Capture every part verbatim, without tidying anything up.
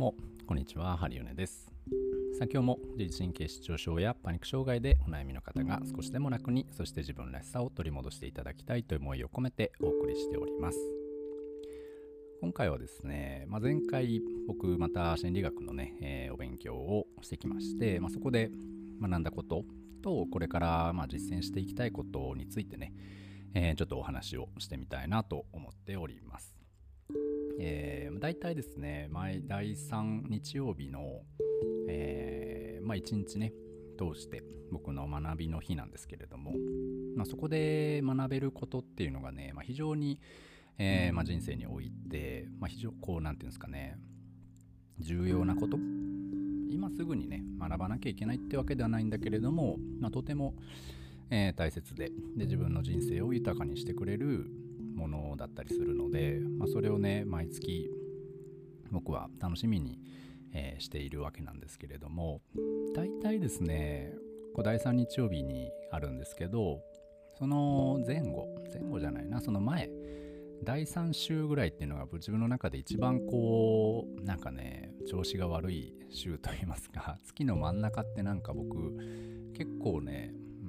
もこんにちは、ハリヨネです。さあ今日も自律神経失調症やパニック障害でお悩みの方が少しでも楽に、そして自分らしさを取り戻していただきたいという思いを込めてお送りしております。今回はですね、まあ、前回僕また心理学のね、えーお勉強をしてきまして、まあ、そこで学んだこととこれからまあ実践していきたいことについてね、えーちょっとお話をしてみたいなと思っております。えー、大体ですね、毎だいさん日曜日の、えーまあ、いちにちね通して僕の学びの日なんですけれども、まあ、そこで学べることっていうのがね、まあ、非常に、えーまあ、人生において、まあ、非常こうなんていうんですかね、重要なこと、今すぐにね学ばなきゃいけないってわけではないんだけれども、まあ、とても、えー大切でで自分の人生を豊かにしてくれるものだったりするので、まあ、それをね毎月僕は楽しみに、えーしているわけなんですけれども、大体ですねこうだいさん日曜日にあるんですけど、その前後前後じゃないなその前だいさん週ぐらいっていうのが自分の中で一番こうなんかね調子が悪い週といいますか、月の真ん中ってなんか僕結構ね、うん、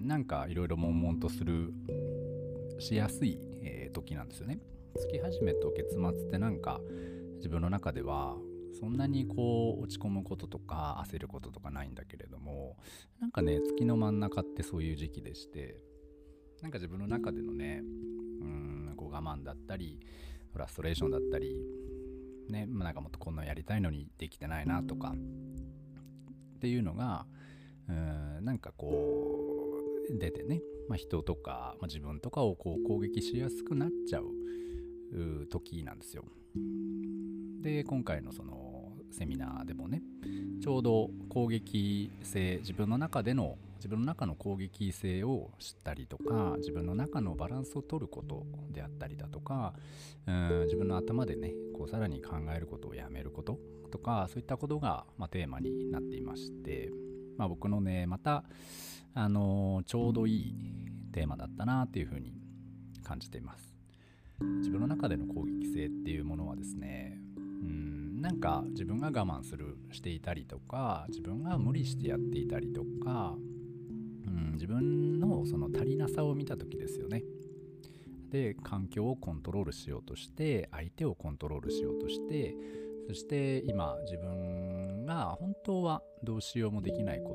なんかいろいろ悶々とするしやすい、えー時なんですよね。月始めと月末ってなんか自分の中ではそんなにこう落ち込むこととか焦ることとかないんだけれども、なんかね月の真ん中ってそういう時期でして、なんか自分の中でのねうーんこう我慢だったりフラストレーションだったりね、まあなんかもっとこんなやりたいのにできてないなとかっていうのがうーんなんかこう出てね、まあ、人とか、まあ、自分とかをこう攻撃しやすくなっちゃうう時なんですよ。で今回のそのセミナーでもねちょうど攻撃性、自分の中での自分の中の攻撃性を知ったりとか、自分の中のバランスを取ることであったりだとか、うん自分の頭でねこうさらに考えることをやめることとか、そういったことが、まあ、テーマになっていまして、まあ、僕のねまたあのーちょうどいいテーマだったなっていうふうに感じています。自分の中での攻撃性っていうものはですね、うんなんか自分が我慢するしていたりとか、自分が無理してやっていたりとか、うん自分のその足りなさを見た時ですよね。で環境をコントロールしようとして、相手をコントロールしようとして、そして今自分が本当はどうしようもできないこと、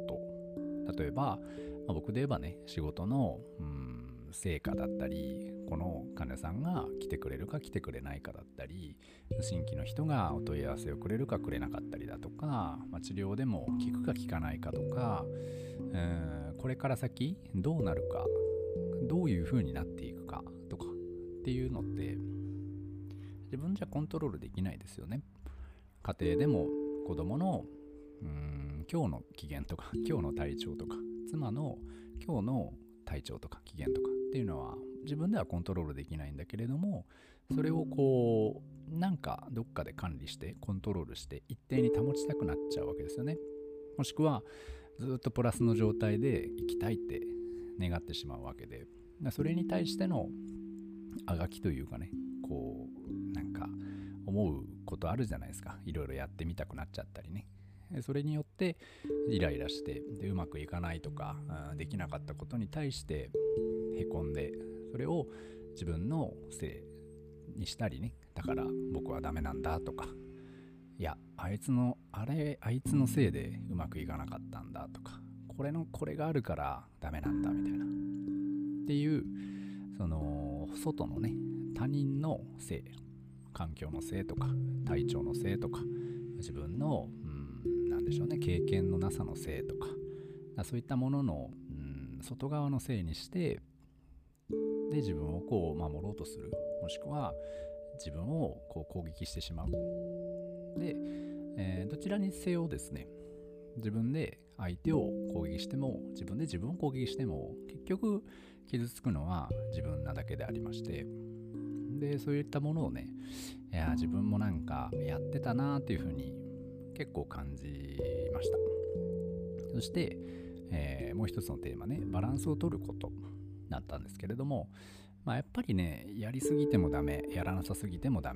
例えば、まあ僕で言えばね仕事のうん成果だったり、この患者さんが来てくれるか来てくれないかだったり、新規の人がお問い合わせをくれるかくれなかったりだとか、まあ、治療でも効くか効かないかとか、うんこれから先どうなるか、どういう風になっていくかとかっていうのって自分じゃコントロールできないですよね。家庭でも子供のうーん今日の機嫌とか今日の体調とか、妻の今日の体調とか機嫌とかっていうのは自分ではコントロールできないんだけれども、それをこうなんかどっかで管理してコントロールして一定に保ちたくなっちゃうわけですよね。もしくはずっとプラスの状態で生きたいって願ってしまうわけで、それに対してのあがきというかね、こうなんか思うことあるじゃないですか。いろいろやってみたくなっちゃったりね。それによってイライラして、でうまくいかないとか、うんできなかったことに対してへこんで、それを自分のせいにしたりね、だから僕はダメなんだとか、いやあいつのあれあいつのせいでうまくいかなかったんだとか、これのこれがあるからダメなんだみたいなっていう、その外のね他人のせい、環境のせいとか体調のせいとか、自分のうんなんでしょうね経験のなさのせいとか、そういったもののうん外側のせいにして、で自分をこう守ろうとする、もしくは自分をこう攻撃してしまう。で、えーどちらにせよですね、自分で相手を攻撃しても自分で自分を攻撃しても結局傷つくのは自分なだけでありまして、でそういったものをね、いや自分もなんかやってたなっていうふうに結構感じました。そして、えーもう一つのテーマね、バランスを取ることだったんですけれども、まあ、やっぱりねやりすぎてもダメ、やらなさすぎてもダメ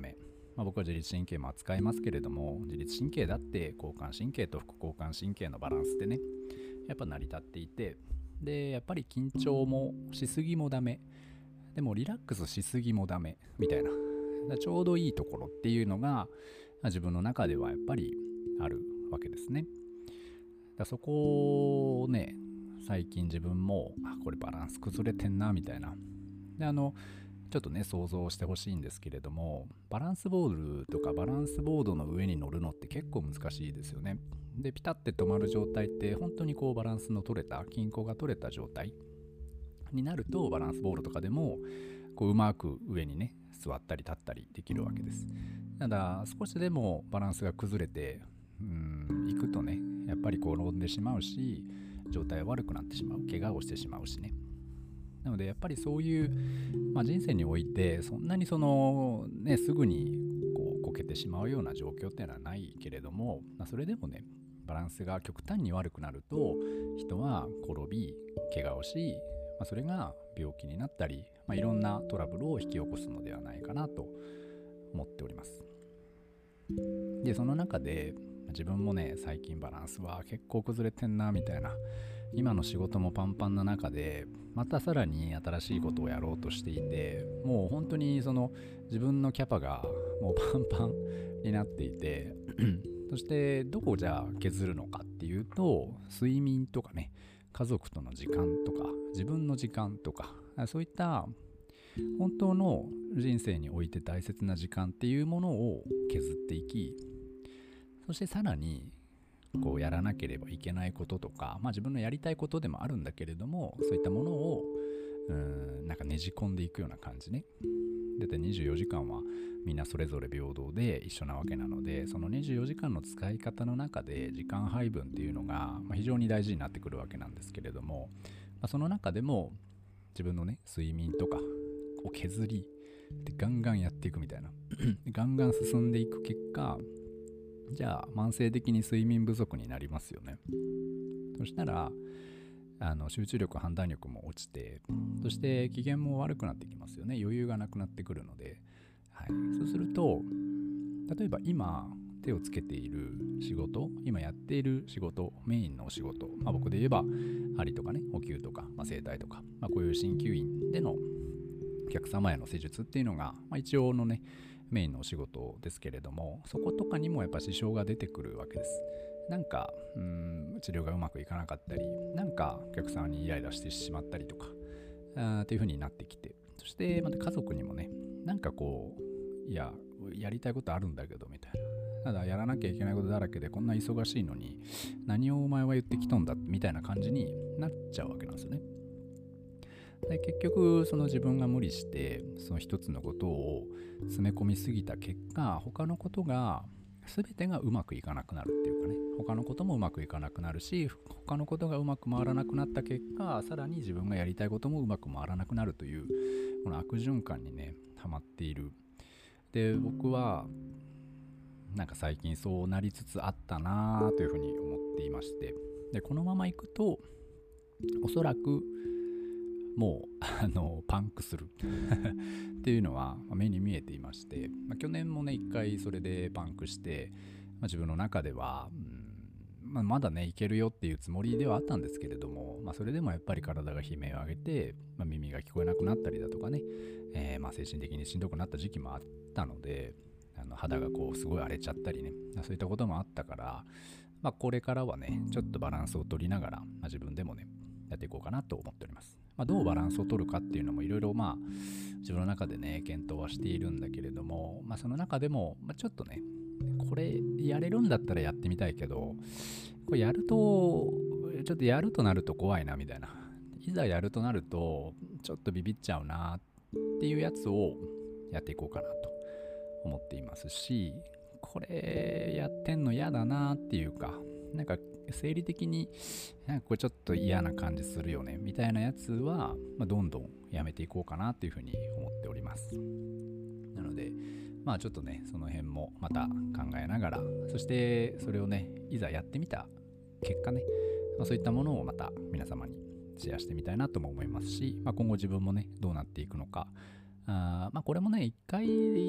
まあ、僕は自律神経も扱いますけれども、自律神経だって交感神経と副交感神経のバランスでねやっぱ成り立っていて、でやっぱり緊張もしすぎもダメ、でもリラックスしすぎもダメみたいな、ちょうどいいところっていうのが自分の中ではやっぱりあるわけですね。だそこをね最近自分もあこれバランス崩れてんなみたいな、であのちょっとね想像してほしいんですけれども、バランスボールとかバランスボードの上に乗るのって結構難しいですよね。でピタッて止まる状態って本当にこうバランスの取れた均衡が取れた状態になると、バランスボールとかでもこううまく上にね座ったり立ったりできるわけです。ただ少しでもバランスが崩れてうーんいくとねやっぱりこう転んでしまうし、状態悪くなってしまう、怪我をしてしまうしね。なのでやっぱりそういう、まあ、人生においてそんなにそのねすぐにこうこけてしまうような状況っていうのはないけれども、まあ、それでもねバランスが極端に悪くなると人は転び怪我をし、まあ、それが病気になったり、まあ、いろんなトラブルを引き起こすのではないかなと思っております。でその中で自分もね最近バランスは結構崩れてんなみたいな、今の仕事もパンパンな中でまたさらに新しいことをやろうとしていて、もう本当にその自分のキャパがもうパンパンになっていてそしてどこをじゃあ削るのかっていうと、睡眠とかね家族との時間とか自分の時間とか、そういった本当の人生において大切な時間っていうものを削っていき、そしてさらにこうやらなければいけないこととか、まあ自分のやりたいことでもあるんだけれども、そういったものをうーんなんかねじ込んでいくような感じね。だってにじゅうよじかんはみんなそれぞれ平等で一緒なわけなので、そのにじゅうよじかんの使い方の中で時間配分っていうのが非常に大事になってくるわけなんですけれども、まあ、その中でも自分のね睡眠とかを削りでガンガンやっていくみたいなガンガン進んでいく結果、じゃあ慢性的に睡眠不足になりますよね。そしたらあの集中力判断力も落ちて、そして機嫌も悪くなってきますよね。余裕がなくなってくるので、はい、そうすると例えば今手をつけている仕事、今やっている仕事、メインのお仕事、まあ、僕で言えば針とかねお灸とか、まあ、整体とか、まあ、こういう鍼灸院でのお客様への施術っていうのが、まあ、一応のねメインのお仕事ですけれども、そことかにもやっぱ支障が出てくるわけです。なんかうーん治療がうまくいかなかったり、なんかお客さんにイライラしてしまったりとかあっていう風になってきて、そしてまた家族にもねなんかこういややりたいことあるんだけどみたいな、ただやらなきゃいけないことだらけでこんな忙しいのに何をお前は言ってきとんだみたいな感じになっちゃうわけなんですよね。で結局その自分が無理してその一つのことを詰め込みすぎた結果、他のことが全てがうまくいかなくなるっていうかね、他のこともうまくいかなくなるし、他のことがうまく回らなくなった結果、さらに自分がやりたいこともうまく回らなくなるというこの悪循環にねハマっている。で僕はなんか最近そうなりつつあったなというふうに思っていまして、でこのままいくとおそらくもうあのパンクするっていうのは目に見えていまして、まあ、去年もね一回それでパンクして、まあ、自分の中では、うんまあ、まだねいけるよっていうつもりではあったんですけれども、まあ、それでもやっぱり体が悲鳴を上げて、まあ、耳が聞こえなくなったりだとかね、えー、まあ精神的にしんどくなった時期もあったので、あの肌がこうすごい荒れちゃったりね、そういったこともあったから、まあ、これからはねちょっとバランスを取りながら、まあ、自分でもねやっていこうかなと思っております。まあ、どうバランスを取るかっていうのもいろいろまあ自分の中でね検討はしているんだけれども、まあ、その中でも、まあ、ちょっとねこれやれるんだったらやってみたいけど、これやるとちょっとやるとなると怖いなみたいな、いざやるとなるとちょっとビビっちゃうなっていうやつをやっていこうかなと思っていますし、これやってんの嫌だなっていうか、なんか生理的になんかこれちょっと嫌な感じするよねみたいなやつは、まあ、どんどんやめていこうかなっていうふうに思っております。なのでまあちょっとねその辺もまた考えながら、そしてそれをねいざやってみた結果ね、まあ、そういったものをまた皆様にシェアしてみたいなとも思いますし、まあ、今後自分もねどうなっていくのか、あまあこれもね一回やっ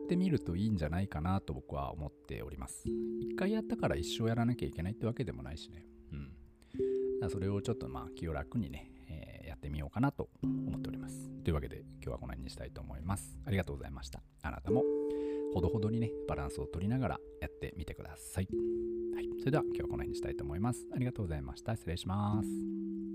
ってみるといいんじゃないかなと僕は思っております。一回やったから一生やらなきゃいけないってわけでもないしね。うん。だからそれをちょっとまあ気を楽にね、えーやってみようかなと思っております。というわけで今日はこの辺にしたいと思います。ありがとうございました。あなたもほどほどにね、バランスを取りながらやってみてください。はい。それでは今日はこの辺にしたいと思います。ありがとうございました。失礼します。